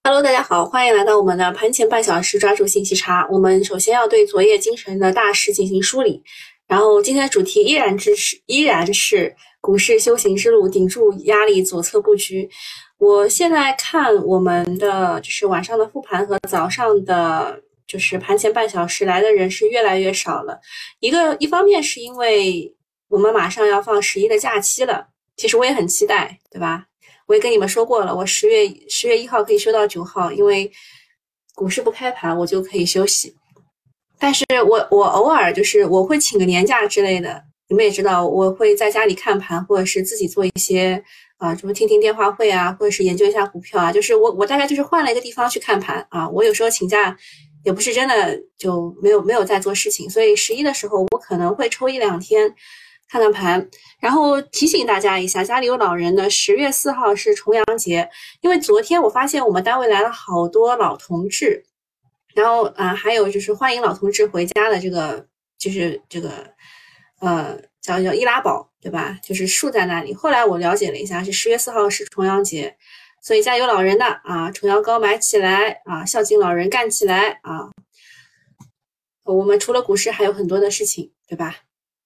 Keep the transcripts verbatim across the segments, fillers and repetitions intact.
Hello，大家好，欢迎来到我们的盘前半小时抓住信息差。我们首先要对昨夜今晨的大势进行梳理，然后今天的主题依然支持，依然是股市修行之路，顶住压力，左侧布局。我现在看我们的就是晚上的复盘和早上的就是盘前半小时来的人是越来越少了。一个一方面是因为我们马上要放十一的假期了，其实我也很期待，对吧？我也跟你们说过了，我十月十月一号可以休到九号，因为股市不开盘，我就可以休息。但是我我偶尔就是我会请个年假之类的，你们也知道，我会在家里看盘，或者是自己做一些啊、呃，什么听听电话会啊，或者是研究一下股票啊。就是我我大概就是换了一个地方去看盘啊。我有时候请假也不是真的就没有没有在做事情，所以十一的时候我可能会抽一两天看看盘。然后提醒大家一下，家里有老人的，十月四号是重阳节，因为昨天我发现我们单位来了好多老同志，然后啊，还有就是欢迎老同志回家的这个，就是这个，呃，叫叫易拉宝，对吧？就是竖在那里。后来我了解了一下，是十月四号是重阳节，所以家有老人的啊，重阳糕买起来啊，孝敬老人干起来啊。我们除了股市还有很多的事情，对吧？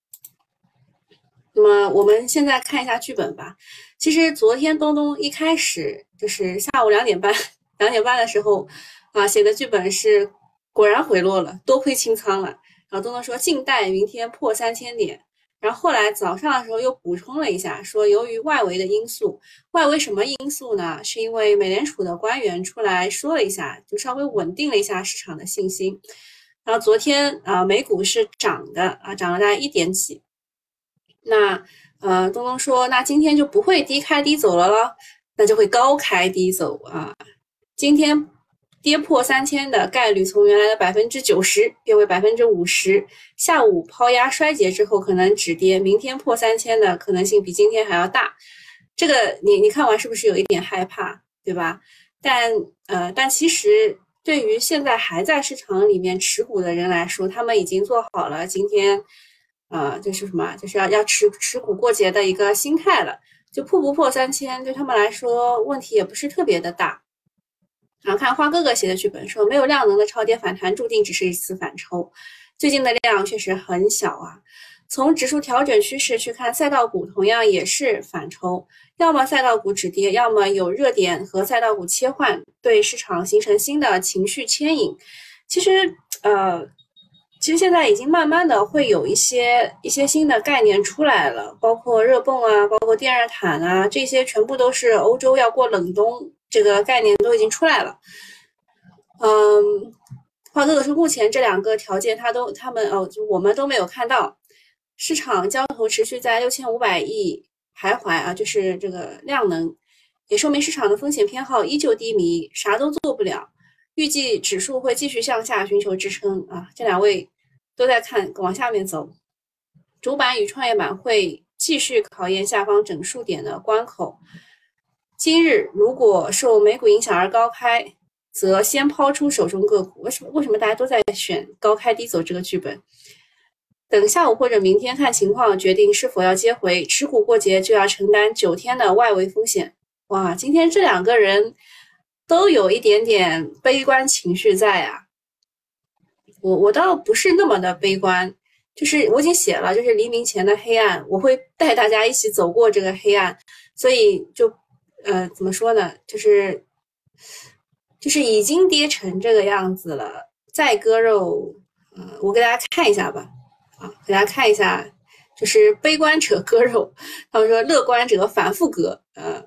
那么我们现在看一下剧本吧。其实昨天东东一开始就是下午两点半，两点半的时候啊写的剧本是果然回落了，多亏清仓了。然后东东说静待明天破三千点。然后后来早上的时候又补充了一下，说由于外围的因素，外围什么因素呢？是因为美联储的官员出来说了一下，就稍微稳定了一下市场的信心。然后昨天啊美股是涨的啊，涨了大概一点几。那呃，东东说，那今天就不会低开低走了咯，那就会高开低走啊。今天跌破三千的概率从原来的百分之九十变为百分之五十。下午抛压衰竭之后，可能止跌，明天破三千的可能性比今天还要大。这个你你看完是不是有一点害怕，对吧？但呃，但其实对于现在还在市场里面持股的人来说，他们已经做好了今天。呃，就是什么，就是要要持持股过节的一个心态了。就破不破三千，对他们来说问题也不是特别的大。然后看花哥哥写的剧本说，没有量能的超跌反弹，注定只是一次反抽。最近的量确实很小啊。从指数调整趋势去看，赛道股同样也是反抽，要么赛道股止跌，要么有热点和赛道股切换，对市场形成新的情绪牵引。其实，呃。其实现在已经慢慢的会有一些一些新的概念出来了，包括热泵啊，包括电热毯啊，这些全部都是欧洲要过冷冬这个概念都已经出来了。嗯，花哥哥说目前这两个条件他都他们哦，就我们都没有看到，市场交投持续在六千五百亿徘徊啊，就是这个量能，也说明市场的风险偏好依旧低迷，啥都做不了。预计指数会继续向下寻求支撑啊，这两位都在看往下面走。主板与创业板会继续考验下方整数点的关口。今日如果受美股影响而高开，则先抛出手中个股。为什么为什么大家都在选高开低走这个剧本？等下午或者明天看情况决定是否要接回，持股过节就要承担九天的外围风险。哇，今天这两个人都有一点点悲观情绪在啊，我我倒不是那么的悲观，就是我已经写了，就是黎明前的黑暗，我会带大家一起走过这个黑暗，所以就呃怎么说呢，就是就是已经跌成这个样子了，再割肉，呃，我给大家看一下吧，啊，给大家看一下，就是悲观者割肉，他们说乐观者反复割，呃。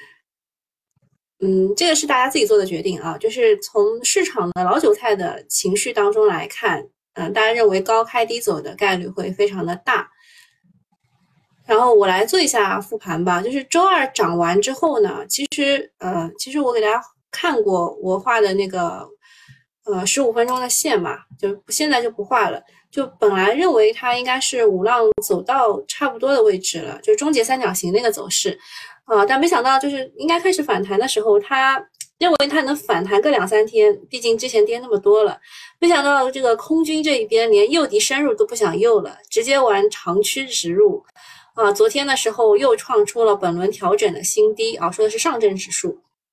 嗯，这个是大家自己做的决定啊，就是从市场的老韭菜的情绪当中来看，嗯、呃，大家认为高开低走的概率会非常的大。然后我来做一下复盘吧，就是周二涨完之后呢，其实呃，其实我给大家看过我画的那个呃十五分钟的线嘛，就现在就不画了。就本来认为它应该是五浪走到差不多的位置了，就终结三角形那个走势。啊、呃，但没想到就是应该开始反弹的时候，他认为它能反弹个两三天，毕竟之前跌那么多了。没想到这个空军这一边连诱敌深入都不想诱了，直接玩长驱直入。啊、呃，昨天的时候又创出了本轮调整的新低啊，说的是上证指数。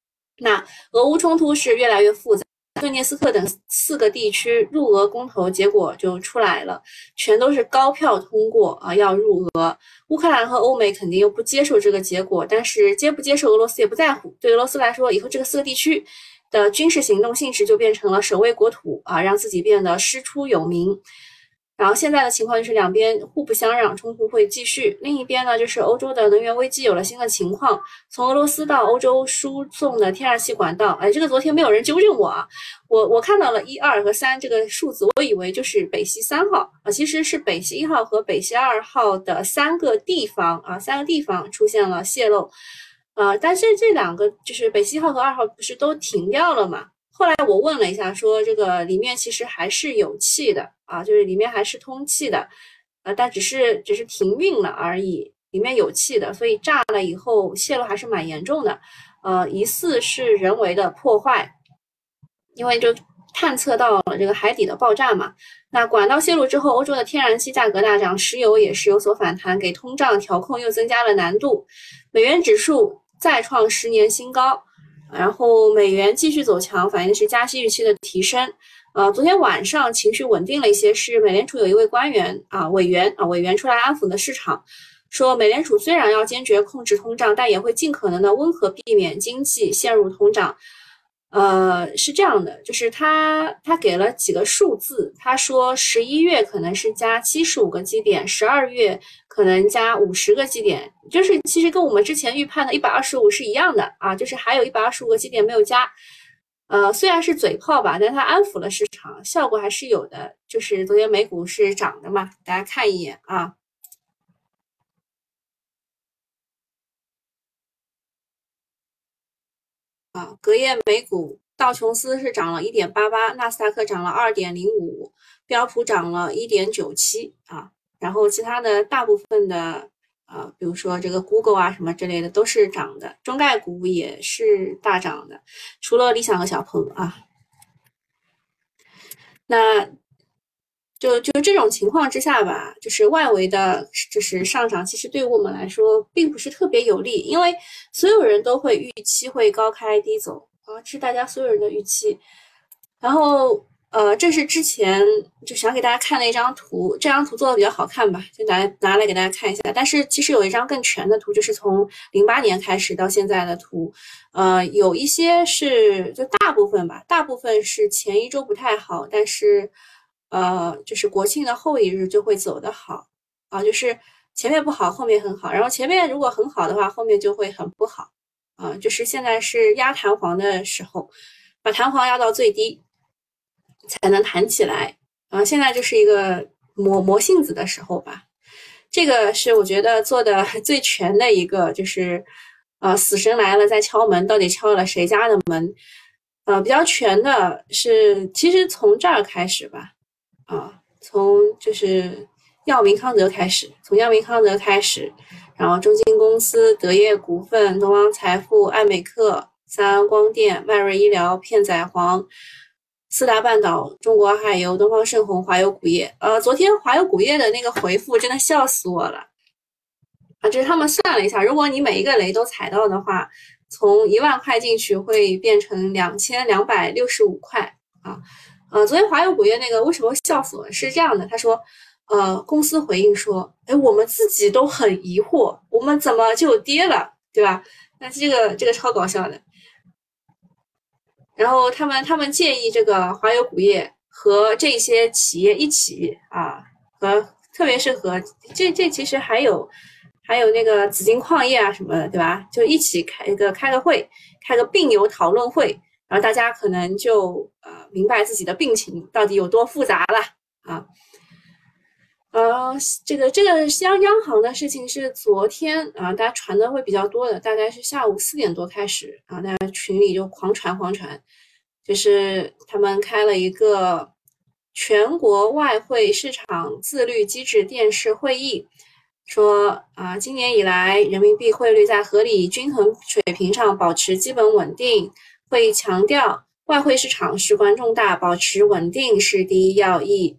那俄乌冲突是越来越复杂，顿涅斯克等四个地区入俄公投结果就出来了，全都是高票通过啊，要入俄。乌克兰和欧美肯定又不接受这个结果，但是接不接受俄罗斯也不在乎。对俄罗斯来说，以后这个四个地区的军事行动性质就变成了守卫国土啊，让自己变得师出有名。然后现在的情况就是两边互不相让，冲突会继续。另一边呢，就是欧洲的能源危机有了新的情况，从俄罗斯到欧洲输送的天然气管道，哎，这个昨天没有人纠正我啊，我我看到了一二和三这个数字，我以为就是北溪三号啊，其实是北溪一号和北溪二号的三个地方啊，三个地方出现了泄漏，呃，但是这两个就是北溪一号和二号不是都停掉了嘛？后来我问了一下，说这个里面其实还是有气的啊，就是里面还是通气的，呃，但只是只是停运了而已，里面有气的，所以炸了以后泄漏还是蛮严重的，呃，疑似是人为的破坏，因为就探测到了这个海底的爆炸嘛。那管道泄露之后，欧洲的天然气价格大涨，石油也是有所反弹，给通胀调控又增加了难度，美元指数再创十年新高。然后美元继续走强，反映的是加息预期的提升。呃，昨天晚上情绪稳定了一些，是美联储有一位官员啊委员啊委员出来安抚的市场，说美联储虽然要坚决控制通胀，但也会尽可能的温和避免经济陷入通胀。呃，是这样的，就是他他给了几个数字，他说十一月可能是加七十五个基点，十二月可能加五十个基点，就是其实跟我们之前预判的一百二十五是一样的啊，就是还有一百二十五个基点没有加。呃，虽然是嘴炮吧，但它安抚了市场，效果还是有的。就是昨天美股是涨的嘛，大家看一眼啊。啊，隔夜美股道琼斯是涨了 一点八八， 纳斯达克涨了 二点零五， 标普涨了 一点九七 啊，然后其他的大部分的呃，比如说这个 Google 啊什么之类的都是涨的，中概股也是大涨的，除了理想和小鹏啊。那就就这种情况之下吧，就是外围的，就是上涨，其实对我们来说并不是特别有利，因为所有人都会预期会高开低走啊，这是大家所有人的预期。然后呃，这是之前就想给大家看的一张图，这张图做的比较好看吧，就拿拿来给大家看一下。但是其实有一张更全的图，就是从零八年开始到现在的图，呃，有一些是就大部分吧，大部分是前一周不太好，但是。呃，就是国庆的后一日就会走得好啊，就是前面不好，后面很好，然后前面如果很好的话，后面就会很不好啊，就是现在是压弹簧的时候，把弹簧压到最低才能弹起来啊，现在就是一个磨磨性子的时候吧，这个是我觉得做的最全的一个，就是呃，死神来了在敲门，到底敲了谁家的门？呃，比较全的是，其实从这儿开始吧。啊，从就是药明康德开始，从药明康德开始，然后中金公司、德业股份、东方财富、爱美克、三安光电、迈瑞医疗、片仔癀、四大半岛、中国海油、东方盛虹、华油钴业。呃，昨天华油钴业的那个回复真的笑死我了啊！就是他们算了一下，如果你每一个雷都踩到的话，从一万块进去会变成两千两百六十五块啊。呃，昨天华油钴业那个为什么笑死我？是这样的，他说，呃，公司回应说，哎，我们自己都很疑惑，我们怎么就跌了，对吧？那这个这个超搞笑的。然后他们他们建议这个华油钴业和这些企业一起啊，和特别是和这这其实还有还有那个紫金矿业啊什么的，对吧？就一起开一个开个会，开个病友讨论会。然后大家可能就呃明白自己的病情到底有多复杂了啊。呃，这个这个央央行的事情是昨天啊，大家传的会比较多的，大概是下午四点多开始啊，大家群里就狂传狂传，就是他们开了一个全国外汇市场自律机制电视会议，说啊，今年以来人民币汇率在合理均衡水平上保持基本稳定。会强调外汇市场事关重大，保持稳定是第一要义。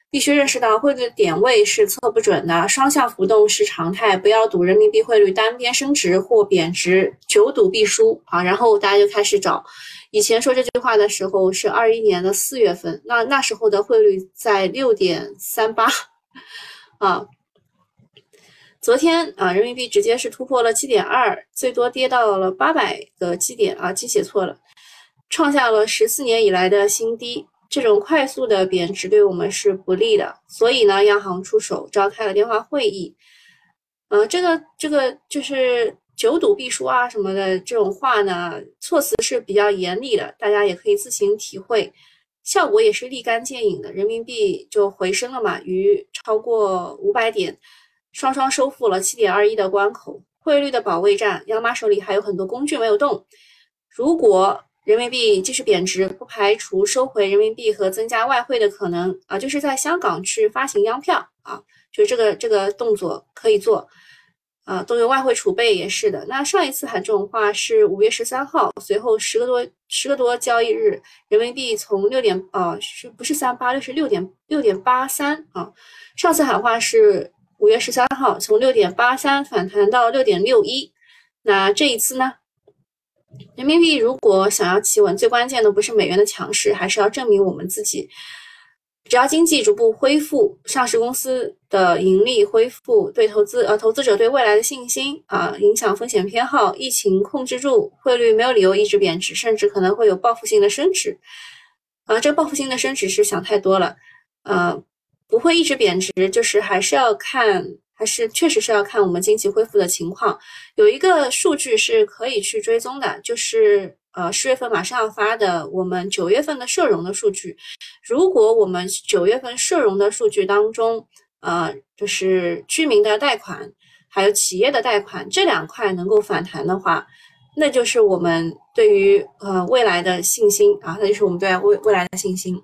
必须认识到汇率的点位是测不准的，双向浮动是常态，不要赌人民币汇率单边升值或贬值，久赌必输啊。然后大家就开始找，以前说这句话的时候是二一年的四月份，那那时候的汇率在 六点三八 啊。昨天啊，人民币直接是突破了 七点二， 最多跌到了八百个基点啊，记写错了，创下了十四年以来的新低。这种快速的贬值对我们是不利的，所以呢，央行出手召开了电话会议。呃，这个这个就是久赌必输啊什么的这种话呢，措辞是比较严厉的，大家也可以自行体会，效果也是立竿见影的。人民币就回升了嘛，于超过五百点，双双收复了 七点二一 的关口。汇率的保卫战，央妈手里还有很多工具没有动。如果人民币继续贬值，不排除收回人民币和增加外汇的可能啊，就是在香港去发行央票啊，就这个这个动作可以做啊，动用外汇储备也是的。那上一次喊这种话是五月十三号，随后十个多十个多交易日，人民币从六点啊是不是三八六是六点六点八三啊？上次喊话是五月十三号，从六点八三反弹到六点六一，那这一次呢？人民币如果想要企稳，最关键的不是美元的强势，还是要证明我们自己。只要经济逐步恢复，上市公司的盈利恢复，对投资呃投资者对未来的信心啊，影响风险偏好，疫情控制住，汇率没有理由一直贬值，甚至可能会有报复性的升值。啊，这报复性的升值是想太多了，呃，不会一直贬值，就是还是要看。还是确实是要看我们经济恢复的情况，有一个数据是可以去追踪的，就是呃十月份马上要发的我们九月份的社融的数据。如果我们九月份社融的数据当中，呃就是居民的贷款还有企业的贷款这两块能够反弹的话，那就是我们对于呃未来的信心啊，那就是我们对未未来的信心。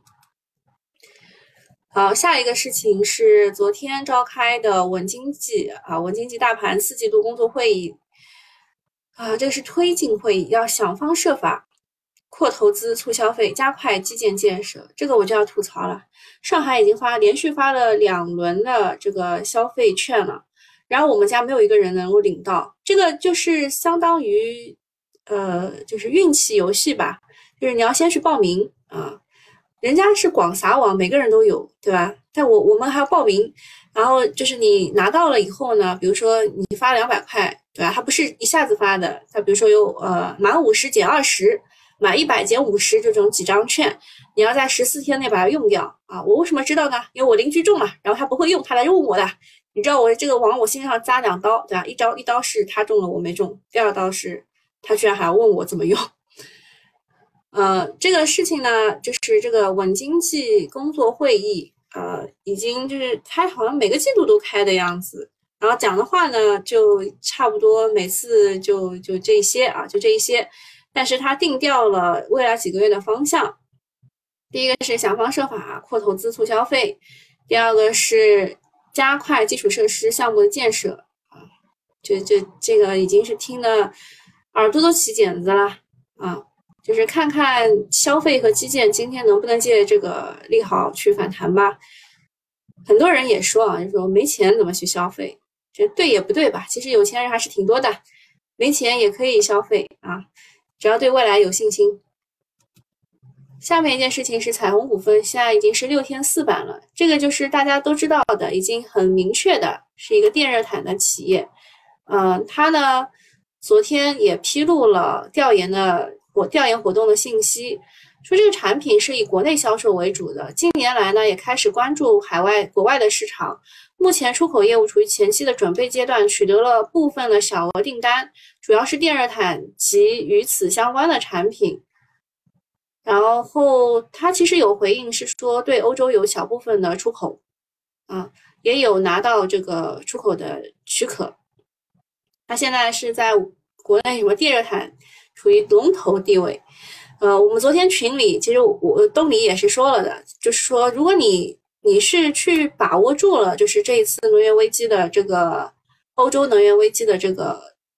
好，下一个事情是昨天召开的稳经济啊，稳经济大盘四季度工作会议啊，这个是推进会议，要想方设法扩投资、促消费、加快基建建设。这个我就要吐槽了，上海已经发连续发了两轮的这个消费券了，然后我们家没有一个人能够领到，这个就是相当于呃，就是运气游戏吧，就是你要先去报名啊。人家是广撒网，每个人都有，对吧？但我我们还要报名，然后就是你拿到了以后呢，比如说你发两百块，对吧？它不是一下子发的，它比如说有呃满五十减二十，满一百减五十这种几张券，你要在十四天内把它用掉啊！我为什么知道呢？因为我邻居中了，然后他不会用，他来问我的。你知道我这个往我心上扎两刀，对吧？一刀一刀是他中了我没中，第二刀是他居然还要问我怎么用。呃，这个事情呢，就是这个稳经济工作会议，呃，已经就是开，好像每个季度都开的样子。然后讲的话呢，就差不多每次就就这些啊，就这一些。但是它定调了未来几个月的方向。第一个是想方设法扩投资促消费，第二个是加快基础设施项目的建设啊，就就这个已经是听得耳朵都起茧子了啊。就是看看消费和基建今天能不能借这个利好去反弹吧。很多人也说啊，就说没钱怎么去消费？这对也不对吧？其实有钱人还是挺多的，没钱也可以消费啊，只要对未来有信心。下面一件事情是彩虹股份现在已经是六天四板了，这个就是大家都知道的，已经很明确的是一个电热毯的企业。嗯、呃，它呢昨天也披露了调研的。活调研活动的信息，说这个产品是以国内销售为主的，近年来呢也开始关注海外国外的市场，目前出口业务处于前期的准备阶段，取得了部分的小额订单，主要是电热毯及与此相关的产品。然后它其实有回应是说对欧洲有小部分的出口啊，也有拿到这个出口的许可。它现在是在国内什么电热毯处于龙头地位，呃，我们昨天群里其实我东里也是说了的，就是说如果你你是去把握住了，就是这一次能源危机的这个欧洲能源危机的这个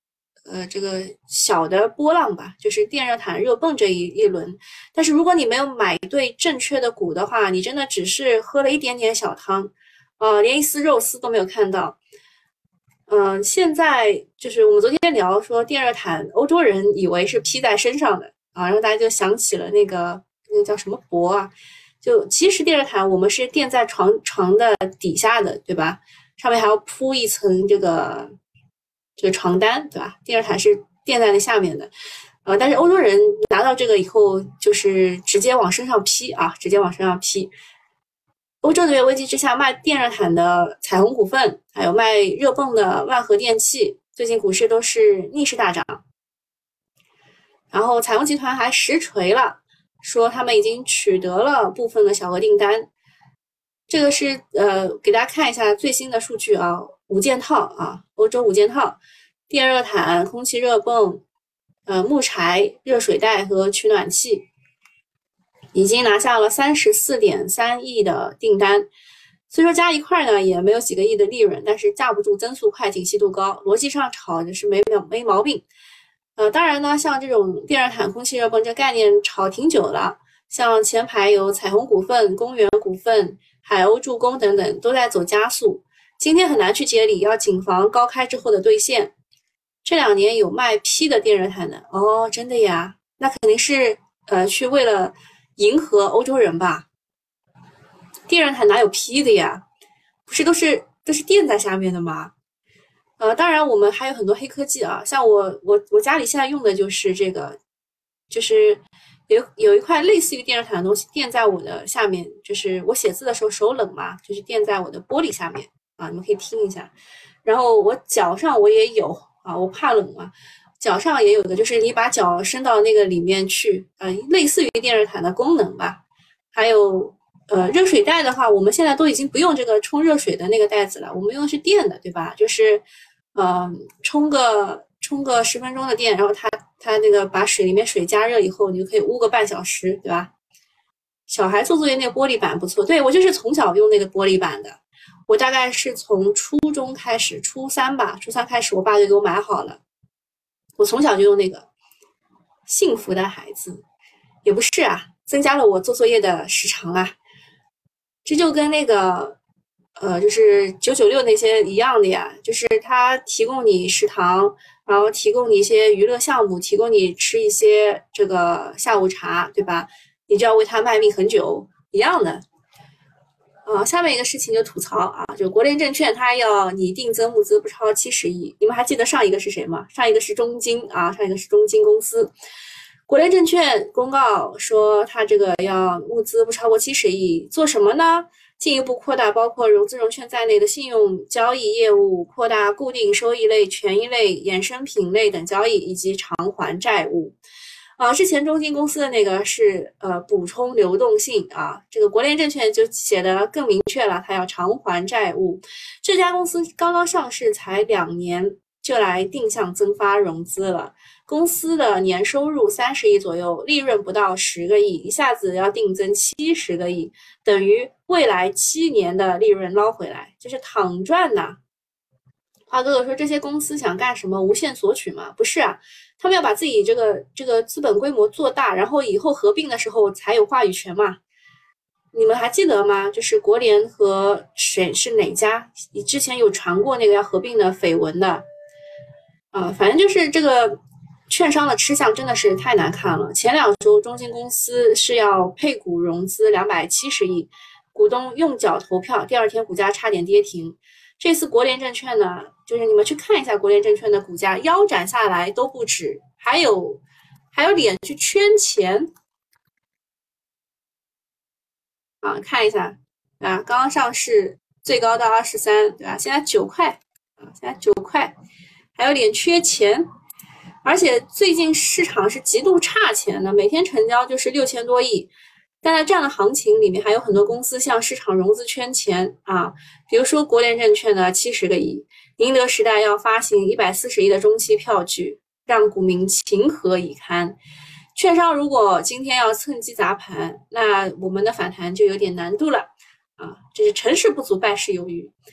呃这个小的波浪吧，就是电热毯热泵这一一轮。但是如果你没有买对正确的股的话，你真的只是喝了一点点小汤，呃，连一丝肉丝都没有看到。嗯、呃，现在就是我们昨天聊说电热毯，欧洲人以为是披在身上的啊，然后大家就想起了那个那个叫什么箔啊，就其实电热毯我们是垫在床床的底下的，对吧？上面还要铺一层这个这个床单，对吧？电热毯是垫在那下面的，呃，但是欧洲人拿到这个以后，就是直接往身上披啊，直接往身上披。欧洲能源危机之下，卖电热毯的彩虹股份，还有卖热泵的万和电器，最近股市都是逆势大涨。然后彩虹集团还实锤了，说他们已经取得了部分的小额订单。这个是呃，给大家看一下最新的数据啊，五件套啊，欧洲五件套，电热毯、空气热泵、呃木柴、热水袋和取暖器，已经拿下了三十四点三亿的订单。虽说加一块呢也没有几个亿的利润，但是架不住增速快、景气度高，逻辑上炒的是没没毛病。呃，当然呢，像这种电热毯、空气热泵这概念炒挺久了，像前排有彩虹股份、公园股份、海鸥助攻等等都在走加速。今天很难去接力，要谨防高开之后的兑现。这两年有卖 P 的电热毯的哦，真的呀，那肯定是呃去为了迎合欧洲人吧。电热毯哪有 P 的呀？不是都是都是垫在下面的吗？呃，当然我们还有很多黑科技啊，像我我我家里现在用的就是这个，就是有有一块类似于电热毯的东西垫在我的下面，就是我写字的时候手冷嘛，就是垫在我的玻璃下面啊，你们可以听一下。然后我脚上我也有啊，我怕冷嘛，脚上也有的，就是你把脚伸到那个里面去，呃，类似于电热毯的功能吧。还有呃热水袋的话，我们现在都已经不用这个冲热水的那个袋子了，我们用的是电的，对吧？就是呃冲个冲个十分钟的电，然后它它那个把水里面水加热以后，你就可以捂个半小时，对吧？小孩做作业那个玻璃板不错，对，我就是从小用那个玻璃板的，我大概是从初中开始，初三吧，初三开始我爸就给我买好了，我从小就用那个。幸福的孩子也不是啊，增加了我做作业的时长啊，这就跟那个呃，就是九九六那些一样的呀，就是他提供你食堂，然后提供你一些娱乐项目，提供你吃一些这个下午茶，对吧？你就要为他卖命很久，一样的。呃，下面一个事情就吐槽啊，就国联证券它要拟定增募资不超七十亿，你们还记得上一个是谁吗？上一个是中金啊，上一个是中金公司。国联证券公告说，它这个要募资不超过七十亿，做什么呢？进一步扩大包括融资融券在内的信用交易业务，扩大固定收益类、权益类、衍生品类等交易，以及偿还债务。啊，之前中金公司的那个是呃补充流动性啊，这个国联证券就写的更明确了，它要偿还债务。这家公司刚刚上市才两年，就来定向增发融资了。公司的年收入三十亿左右，利润不到十个亿，一下子要定增七十个亿，等于未来七年的利润捞回来，就是躺赚呐。华哥哥说这些公司想干什么？无限索取吗？不是啊，他们要把自己这个这个资本规模做大，然后以后合并的时候才有话语权嘛。你们还记得吗？就是国联和谁是哪家？你之前有传过那个要合并的绯闻的，啊、呃，反正就是这个券商的吃相真的是太难看了。前两周中金公司是要配股融资两百七十亿，股东用脚投票，第二天股价差点跌停。这次国联证券呢，就是你们去看一下国联证券的股价腰斩下来都不止，还有还有脸去圈钱啊！看一下啊，刚刚上市最高到二十三，对吧？现在九块啊，现在九块，还有脸缺钱，而且最近市场是极度差钱的，每天成交就是六千多亿。但在这样的行情里面，还有很多公司向市场融资圈钱啊，比如说国联证券的七十个亿，宁德时代要发行一百四十亿的中期票据，让股民情何以堪？券商如果今天要趁机砸盘，那我们的反弹就有点难度了啊！这是成事不足败事有余。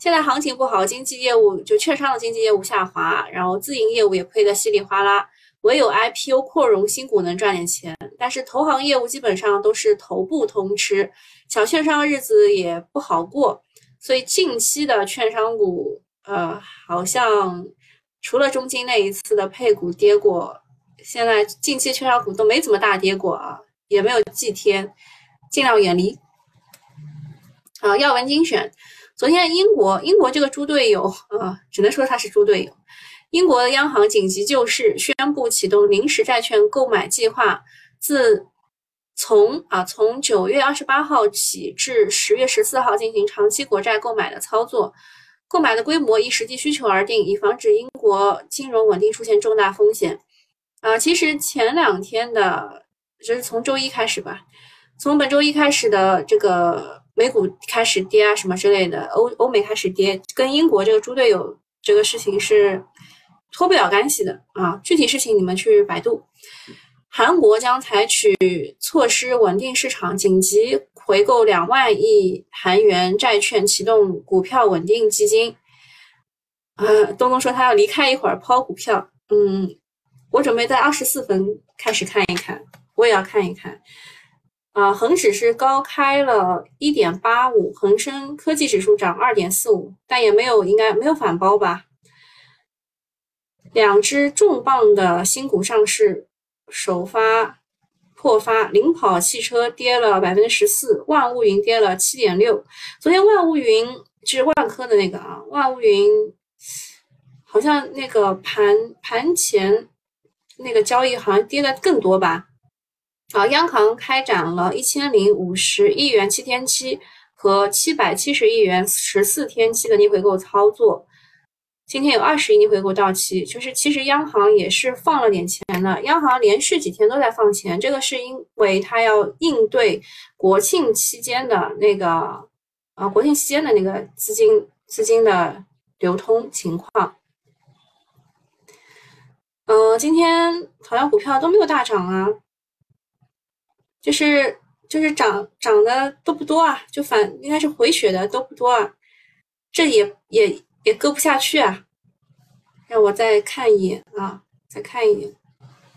现在行情不好，经纪业务就券商的经纪业务下滑，然后自营业务也亏得稀里哗啦，唯有 I P O 扩容新股能赚点钱，但是投行业务基本上都是头部通吃，小券商日子也不好过，所以近期的券商股，呃，好像除了中金那一次的配股跌过，现在近期券商股都没怎么大跌过啊，也没有祭天，尽量远离。啊，要闻精选。昨天英国英国这个猪队友啊，只能说他是猪队友。英国的央行紧急救市，宣布启动临时债券购买计划，自从啊从九月二十八号起至十月十四号进行长期国债购买的操作，购买的规模依实际需求而定，以防止英国金融稳定出现重大风险。啊，其实前两天的，就是从周一开始吧，从本周一开始的这个美股开始跌啊什么之类的，欧欧美开始跌，跟英国这个猪队友这个事情是脱不了干系的啊。具体事情你们去百度。韩国将采取措施稳定市场，紧急回购两万亿韩元债券，启动股票稳定基金。呃，东东说他要离开一会儿抛股票，嗯，我准备在二十四分开始看一看，我也要看一看。啊、呃，恒指是高开了 一点八五， 恒生科技指数涨 二点四五， 但也没有应该没有反包吧。两只重磅的新股上市，首发破发，领跑汽车跌了 百分之十四， 万物云跌了 七点六。 昨天万物云是万科的那个啊，万物云好像那个盘盘前那个交易好像跌的更多吧。啊，央行开展了一千零五十亿元七天期和七百七十亿元十四天期的逆回购操作。今天有二十亿逆回购到期，就是其实央行也是放了点钱的。央行连续几天都在放钱，这个是因为它要应对国庆期间的那个啊，国庆期间的那个资金资金的流通情况。嗯、呃，今天好像股票都没有大涨啊。就是就是涨涨的都不多啊，就反应该是回血的都不多啊，这也也也割不下去啊。让我再看一眼啊，再看一眼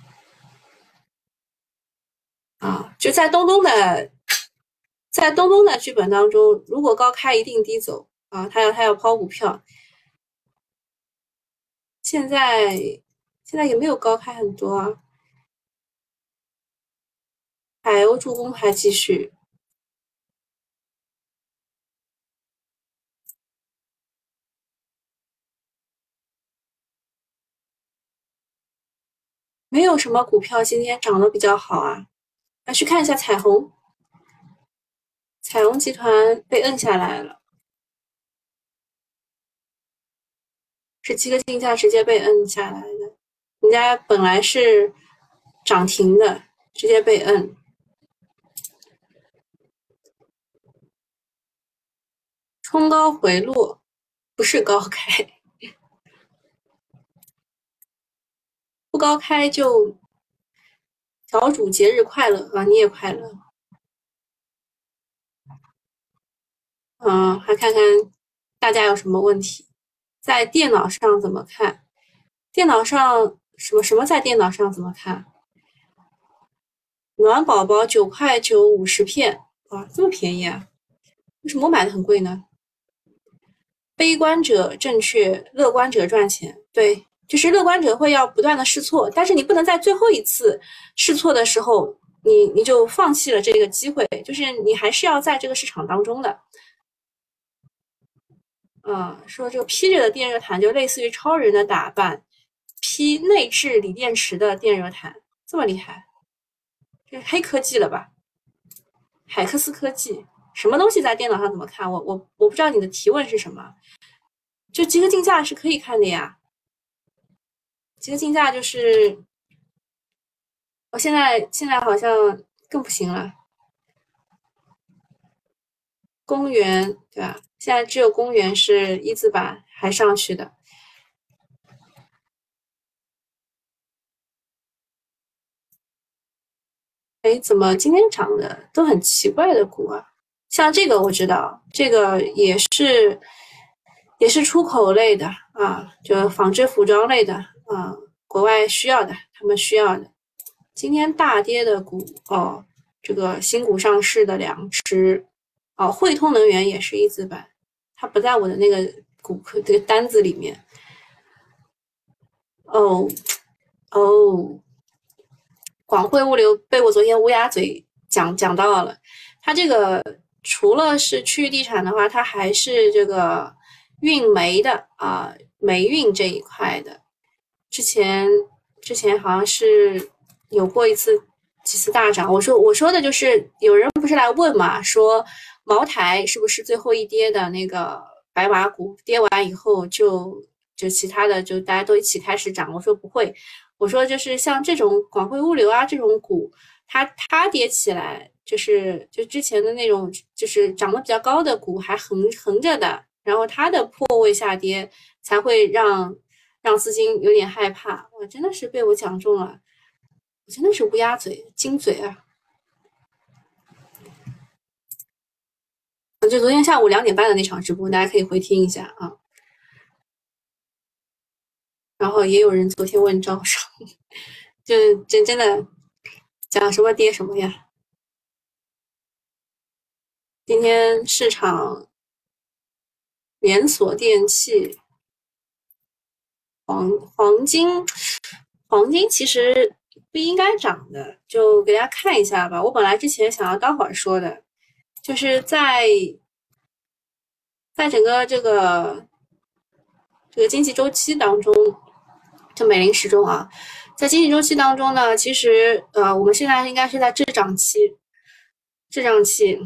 啊，就在东东的在东东的剧本当中，如果高开一定低走啊，他要他要抛股票，现在现在也没有高开很多啊。海鸥助攻还继续。没有什么股票今天涨得比较好啊，来去看一下彩虹，彩虹集团被摁下来了，是七个竞价直接被摁下来的，人家本来是涨停的，直接被摁。冲高回落，不是高开，不高开就小主节日快乐啊，你也快乐。嗯，还看看大家有什么问题，在电脑上怎么看？电脑上什么什么在电脑上怎么看？暖宝宝九块九五十片，哇，这么便宜啊？为什么我买的很贵呢？悲观者正确，乐观者赚钱。对，就是乐观者会要不断的试错，但是你不能在最后一次试错的时候，你你就放弃了这个机会，就是你还是要在这个市场当中的。嗯，说这个披着的电热毯就类似于超人的打扮，披内置锂电池的电热毯，这么厉害，这是黑科技了吧？海克斯科技，什么东西在电脑上怎么看？我我我不知道你的提问是什么。就集合竞价是可以看的呀，集合竞价就是我现在现在好像更不行了。公园对吧？现在只有公园是一字板还上去的。哎，怎么今天涨的都很奇怪的股啊？像这个我知道，这个也是也是出口类的啊，就纺织服装类的啊，国外需要的，他们需要的。今天大跌的股哦，这个新股上市的两只哦，汇通能源也是一字板，它不在我的那个股这个单子里面。哦哦，广汇物流被我昨天乌鸦嘴讲讲到了，它这个除了是区域地产的话，它还是这个运煤的啊，煤运这一块的。之前之前好像是有过一次几次大涨。我说我说的就是有人不是来问嘛，说茅台是不是最后一跌的那个白马股，跌完以后就就其他的就大家都一起开始涨。我说不会。我说就是像这种广汇物流啊这种股，它它跌起来，就是就之前的那种就是涨得比较高的股还横横着的，然后它的破位下跌才会让让资金有点害怕。我真的是被我讲中了，我真的是乌鸦嘴金嘴啊！就昨天下午两点半的那场直播，大家可以回听一下啊。然后也有人昨天问招商。就真真的讲什么跌什么呀。今天市场连锁电器、黄黄金，黄金其实不应该涨的，就给大家看一下吧。我本来之前想要待会儿说的，就是在在整个这个这个经济周期当中，就美林时钟啊，在经济周期当中呢，其实呃我们现在应该是在滞涨期，滞涨期。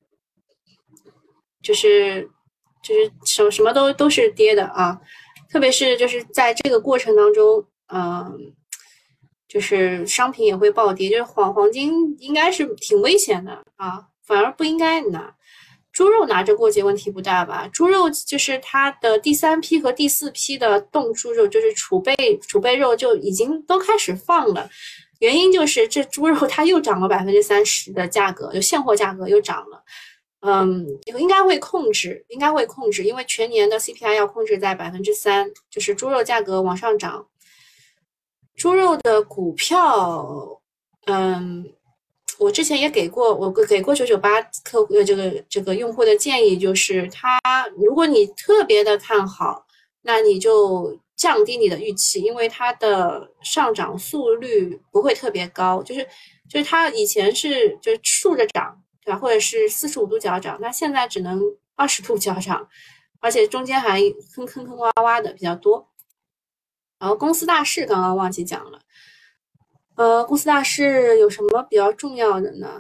就是就是什么什么都都是跌的啊，特别是就是在这个过程当中，嗯、呃，就是商品也会暴跌，就是黄黄金应该是挺危险的啊，反而不应该拿。猪肉拿着过节问题不大吧？猪肉就是它的第三批和第四批的冻猪肉，就是储备储备肉就已经都开始放了。原因就是这猪肉它又涨了百分之三十的价格，就现货价格又涨了。嗯，应该会控制，应该会控制，因为全年的 C P I 要控制在百分之三，就是猪肉价格往上涨。猪肉的股票，嗯，我之前也给过，我给过九九八客户这个这个用户的建议，就是它，如果你特别的看好，那你就降低你的预期，因为它的上涨速率不会特别高，就是就是它以前是就是竖着涨。对吧？或者是四十五度角涨，那现在只能二十度角涨，而且中间还坑坑坑洼洼的比较多。然后公司大事刚刚忘记讲了，呃，公司大事有什么比较重要的呢？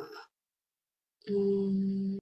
嗯，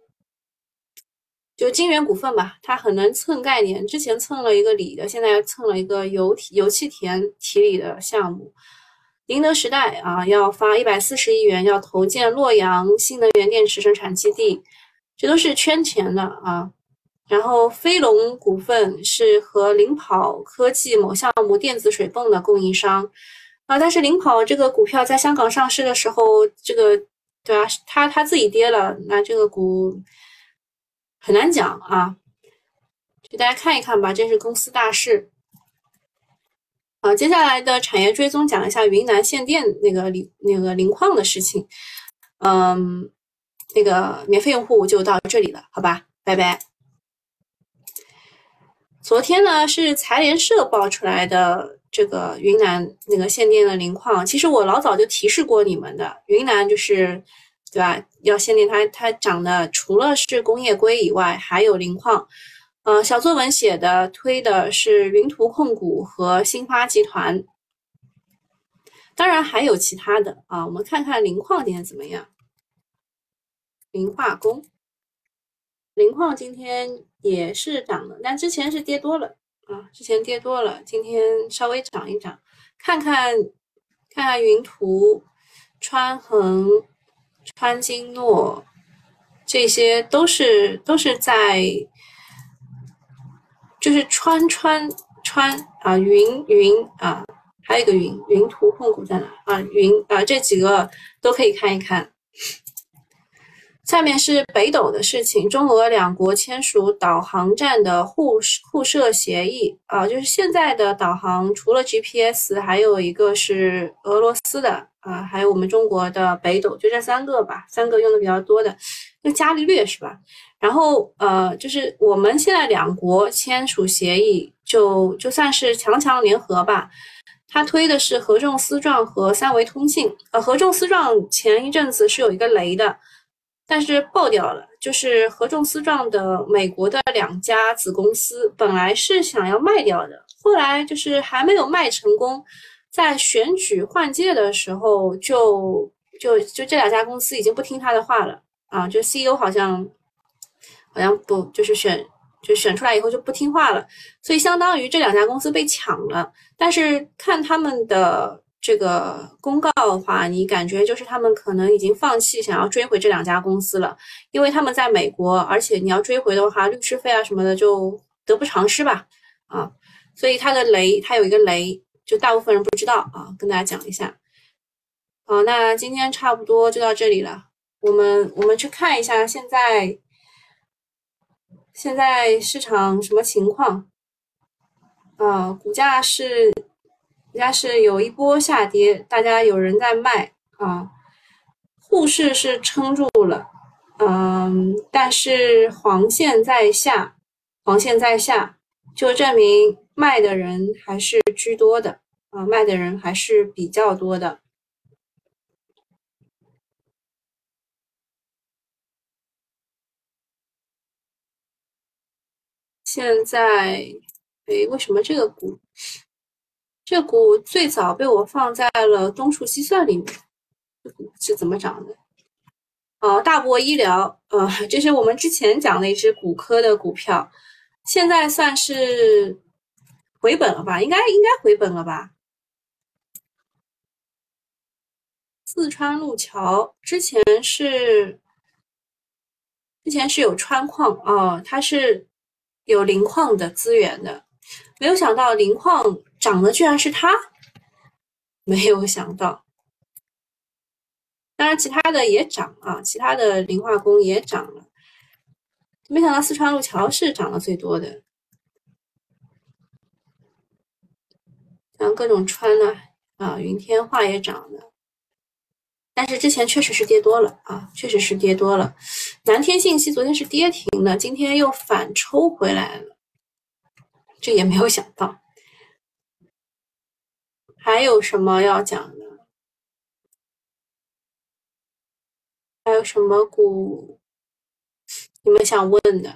就金源股份吧，它很能蹭概念，之前蹭了一个锂的，现在蹭了一个油油气田提锂的项目。宁德时代啊，要发一百四十亿元，要投建洛阳新能源电池生产基地，这都是圈钱的啊。然后飞龙股份是和领跑科技某项目电子水泵的供应商啊，但是领跑这个股票在香港上市的时候，这个对啊，他他自己跌了，那这个股很难讲啊。就大家看一看吧，这是公司大事。啊，接下来的产业追踪讲一下云南限电那个锂那个磷矿的事情。嗯，那个免费用户就到这里了，好吧，拜拜。昨天呢是财联社爆出来的这个云南那个限电的磷矿，其实我老早就提示过你们的，云南就是对吧？要限电它，它涨的除了是工业硅以外，还有磷矿。呃，小作文写的推的是云图控股和新发集团，当然还有其他的啊。我们看看磷矿今天怎么样？磷化工，磷矿今天也是涨的，但之前是跌多了啊，之前跌多了，今天稍微涨一涨。看看看看云图、川恒、川金诺，这些都是都是在。就是川川川啊，云云啊，还有一个云云图控股在哪啊？云啊，这几个都可以看一看。 下面是北斗的事情，中俄两国签署导航站的互互设协议啊，就是现在的导航除了 G P S， 还有一个是俄罗斯的啊，还有我们中国的北斗，就这三个吧，三个用的比较多的，就伽利略是吧？然后呃，就是我们现在两国签署协议，就就算是强强联合吧。它推的是合众丝状和三维通信，呃，合众丝状前一阵子是有一个雷的。但是爆掉了，就是合众丝状的美国的两家子公司本来是想要卖掉的，后来就是还没有卖成功，在选举换届的时候就就就这两家公司已经不听他的话了啊，就 C E O 好像好像不就是选就选出来以后就不听话了，所以相当于这两家公司被抢了，但是看他们的这个公告的话，你感觉就是他们可能已经放弃想要追回这两家公司了，因为他们在美国，而且你要追回的话，律师费啊什么的就得不偿失吧，啊，所以它的雷，它有一个雷，就大部分人不知道啊，跟大家讲一下。好，那今天差不多就到这里了，我们我们去看一下现在现在市场什么情况啊？股价是。人家是有一波下跌，大家有人在卖啊，沪市是撑住了，嗯，但是黄线在下，黄线在下，就证明卖的人还是居多的啊，卖的人还是比较多的。现在，哎，为什么这个股？这股最早被我放在了东数西算里面，是怎么涨的？哦，大博医疗，呃，这是我们之前讲的一只骨科的股票，现在算是回本了吧？应该应该回本了吧？四川路桥之前是之前是有川矿哦，它是有磷矿的资源的，没有想到磷矿涨的居然是它，没有想到。当然，其他的也涨啊，其他的磷化工也涨了，没想到四川路桥是涨得最多的。像各种川呢，啊，云天化也涨了，但是之前确实是跌多了啊，确实是跌多了。南天信息昨天是跌停的，今天又反抽回来了，这也没有想到。还有什么要讲的？还有什么股你们想问的？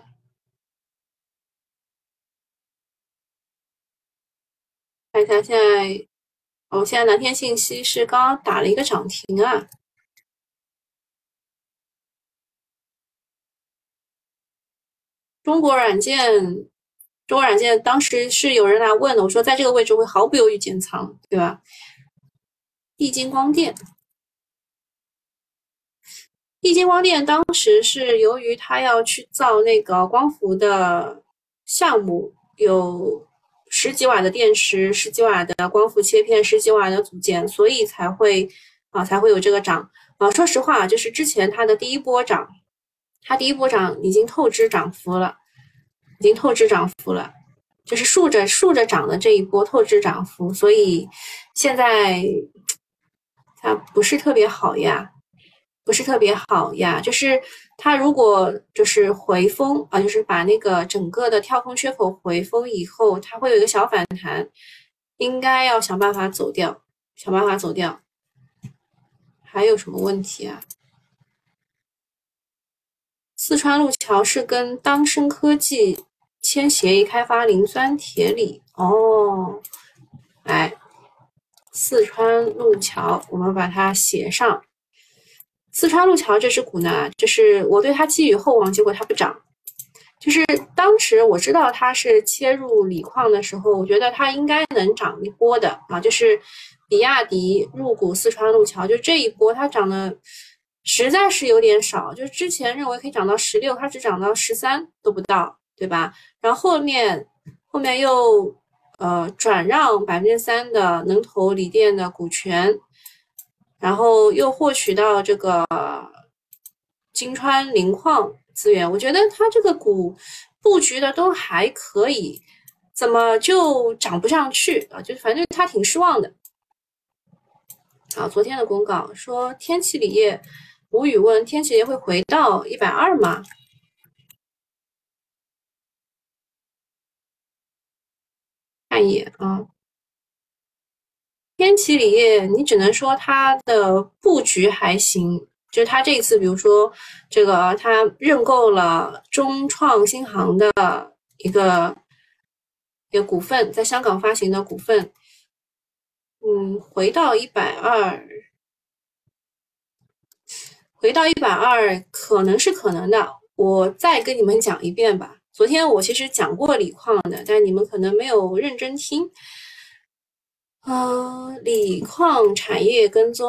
看一下现在，哦，现在南天信息是刚刚打了一个涨停啊。中国软件，中国软件当时是有人来问的，我说在这个位置会毫不犹豫减仓，对吧？易晶光电，易晶光电当时是由于它要去造那个光伏的项目，有十几瓦的电池、十几瓦的光伏切片、十几瓦的组件，所以才会啊才会有这个涨啊。说实话，就是之前它的第一波涨，它第一波涨已经透支涨幅了，已经透支涨幅了。就是竖着竖着涨的这一波透支涨幅，所以现在它不是特别好呀，不是特别好呀。就是它如果就是回封啊，就是把那个整个的跳空缺口回封以后，它会有一个小反弹，应该要想办法走掉，想办法走掉。还有什么问题啊？四川路桥是跟当升科技签协议开发磷酸铁锂哦，来，四川路桥，我们把它写上。四川路桥这只股呢，就是我对它寄予厚望，结果它不涨。就是当时我知道它是切入锂矿的时候，我觉得它应该能涨一波的啊，就是比亚迪入股四川路桥，就这一波它涨的实在是有点少，就是之前认为可以涨到十六，它只涨到十三都不到，对吧？然后后面后面又呃转让百分之三的能投锂电的股权，然后又获取到这个金川磷矿资源，我觉得它这个股布局的都还可以，怎么就涨不上去啊？就反正它挺失望的。啊，昨天的公告说天齐锂业，无语问天齐锂业会回到一百二吗？看一眼啊，天齐锂业，你只能说它的布局还行，就是它这一次，比如说这个，它认购了中创新航的一个一个股份，在香港发行的股份，嗯，回到一百二，回到一百二可能是可能的，我再跟你们讲一遍吧。昨天我其实讲过锂矿的，但你们可能没有认真听。呃，锂矿产业跟踪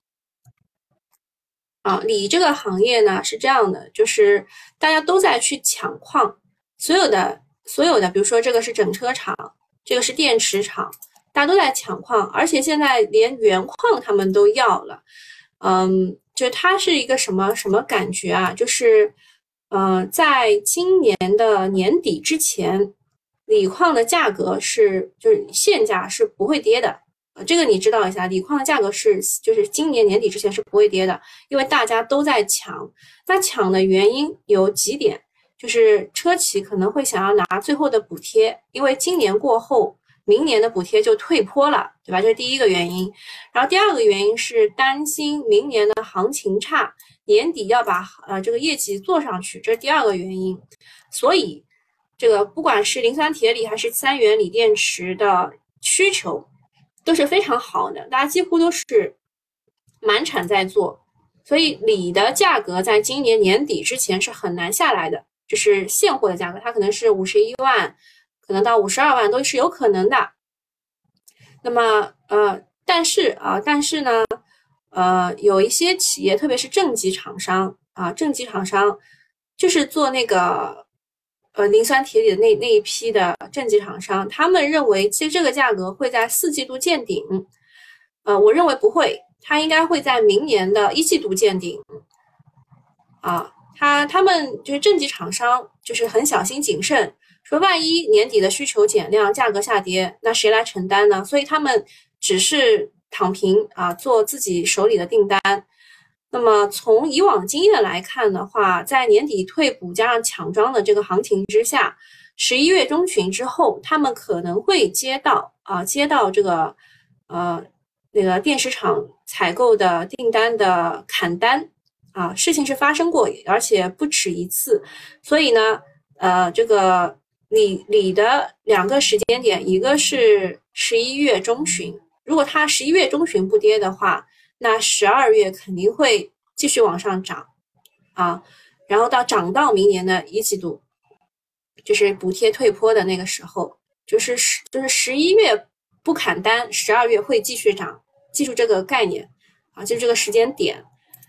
啊，锂这个行业呢是这样的，就是大家都在去抢矿，所有的所有的，比如说这个是整车厂，这个是电池厂，大家都在抢矿，而且现在连原矿他们都要了。嗯，就它是一个什么什么感觉啊？就是，呃，在今年的年底之前，锂矿的价格是就是现价是不会跌的。呃，这个你知道一下，锂矿的价格是就是今年年底之前是不会跌的，因为大家都在抢。那抢的原因有几点，就是车企可能会想要拿最后的补贴，因为今年过后，明年的补贴就退坡了，对吧？这是第一个原因。然后第二个原因是担心明年的行情差，年底要把呃这个业绩做上去，这是第二个原因。所以这个不管是磷酸铁锂还是三元锂电池的需求都是非常好的，大家几乎都是满产在做，所以锂的价格在今年年底之前是很难下来的，就是现货的价格，它可能是五十一万，可能到五十二万都是有可能的。那么呃，但是啊，但是呢，呃，有一些企业，特别是正极厂商啊，正极厂商就是做那个呃磷酸铁锂的那那一批的正极厂商，他们认为其实这个价格会在四季度见顶，呃，我认为不会，它应该会在明年的一季度见顶啊。他他们就是正极厂商，就是很小心谨慎，说万一年底的需求减量，价格下跌，那谁来承担呢？所以他们只是躺平啊，做自己手里的订单。那么从以往经验来看的话，在年底退补加上抢装的这个行情之下，十一月中旬之后，他们可能会接到啊接到这个呃那个电池厂采购的订单的砍单啊，事情是发生过，而且不止一次。所以呢，呃，这个锂锂的两个时间点，一个是十一月中旬，如果它十一月中旬不跌的话，那十二月肯定会继续往上涨啊，然后到涨到明年的一季度，就是补贴退坡的那个时候，就是十就是十一月不砍单，十二月会继续涨，记住这个概念啊，记住这个时间点。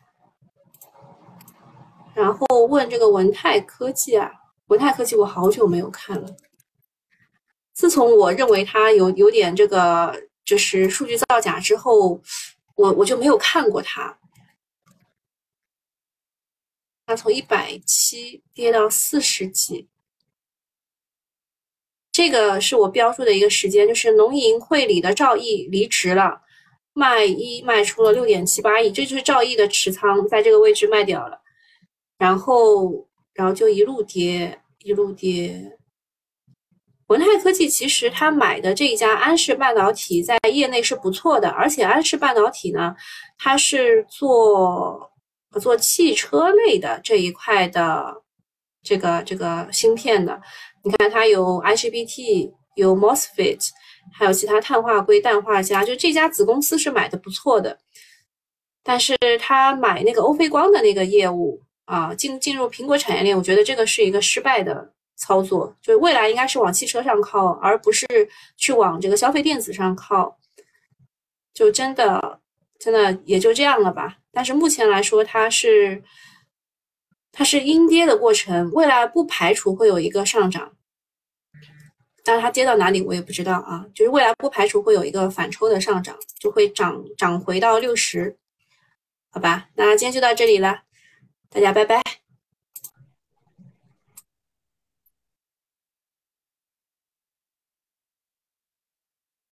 然后问这个文泰科技啊，文泰科技我好久没有看了，自从我认为它有有点这个就是数据造假之后，我我就没有看过它。它从一百七跌到四十几，这个是我标注的一个时间，就是农银汇理的赵毅离职了，卖一卖出了六点七八亿，这就是赵毅的持仓在这个位置卖掉了。然后，然后就一路跌，一路跌。文泰科技其实他买的这一家安氏半导体在业内是不错的，而且安氏半导体呢，它是做做汽车类的这一块的这个这个芯片的。你看它有 I G B T， 有 MOSFET， 还有其他碳化硅、氮化镓，就这家子公司是买的不错的。但是他买那个欧菲光的那个业务。啊，进进入苹果产业链，我觉得这个是一个失败的操作，就是未来应该是往汽车上靠，而不是去往这个消费电子上靠，就真的真的也就这样了吧。但是目前来说，它是它是阴跌的过程，未来不排除会有一个上涨，但是它跌到哪里我也不知道啊，就是未来不排除会有一个反抽的上涨，就会涨涨回到六十，好吧？那今天就到这里了。 大家拜拜。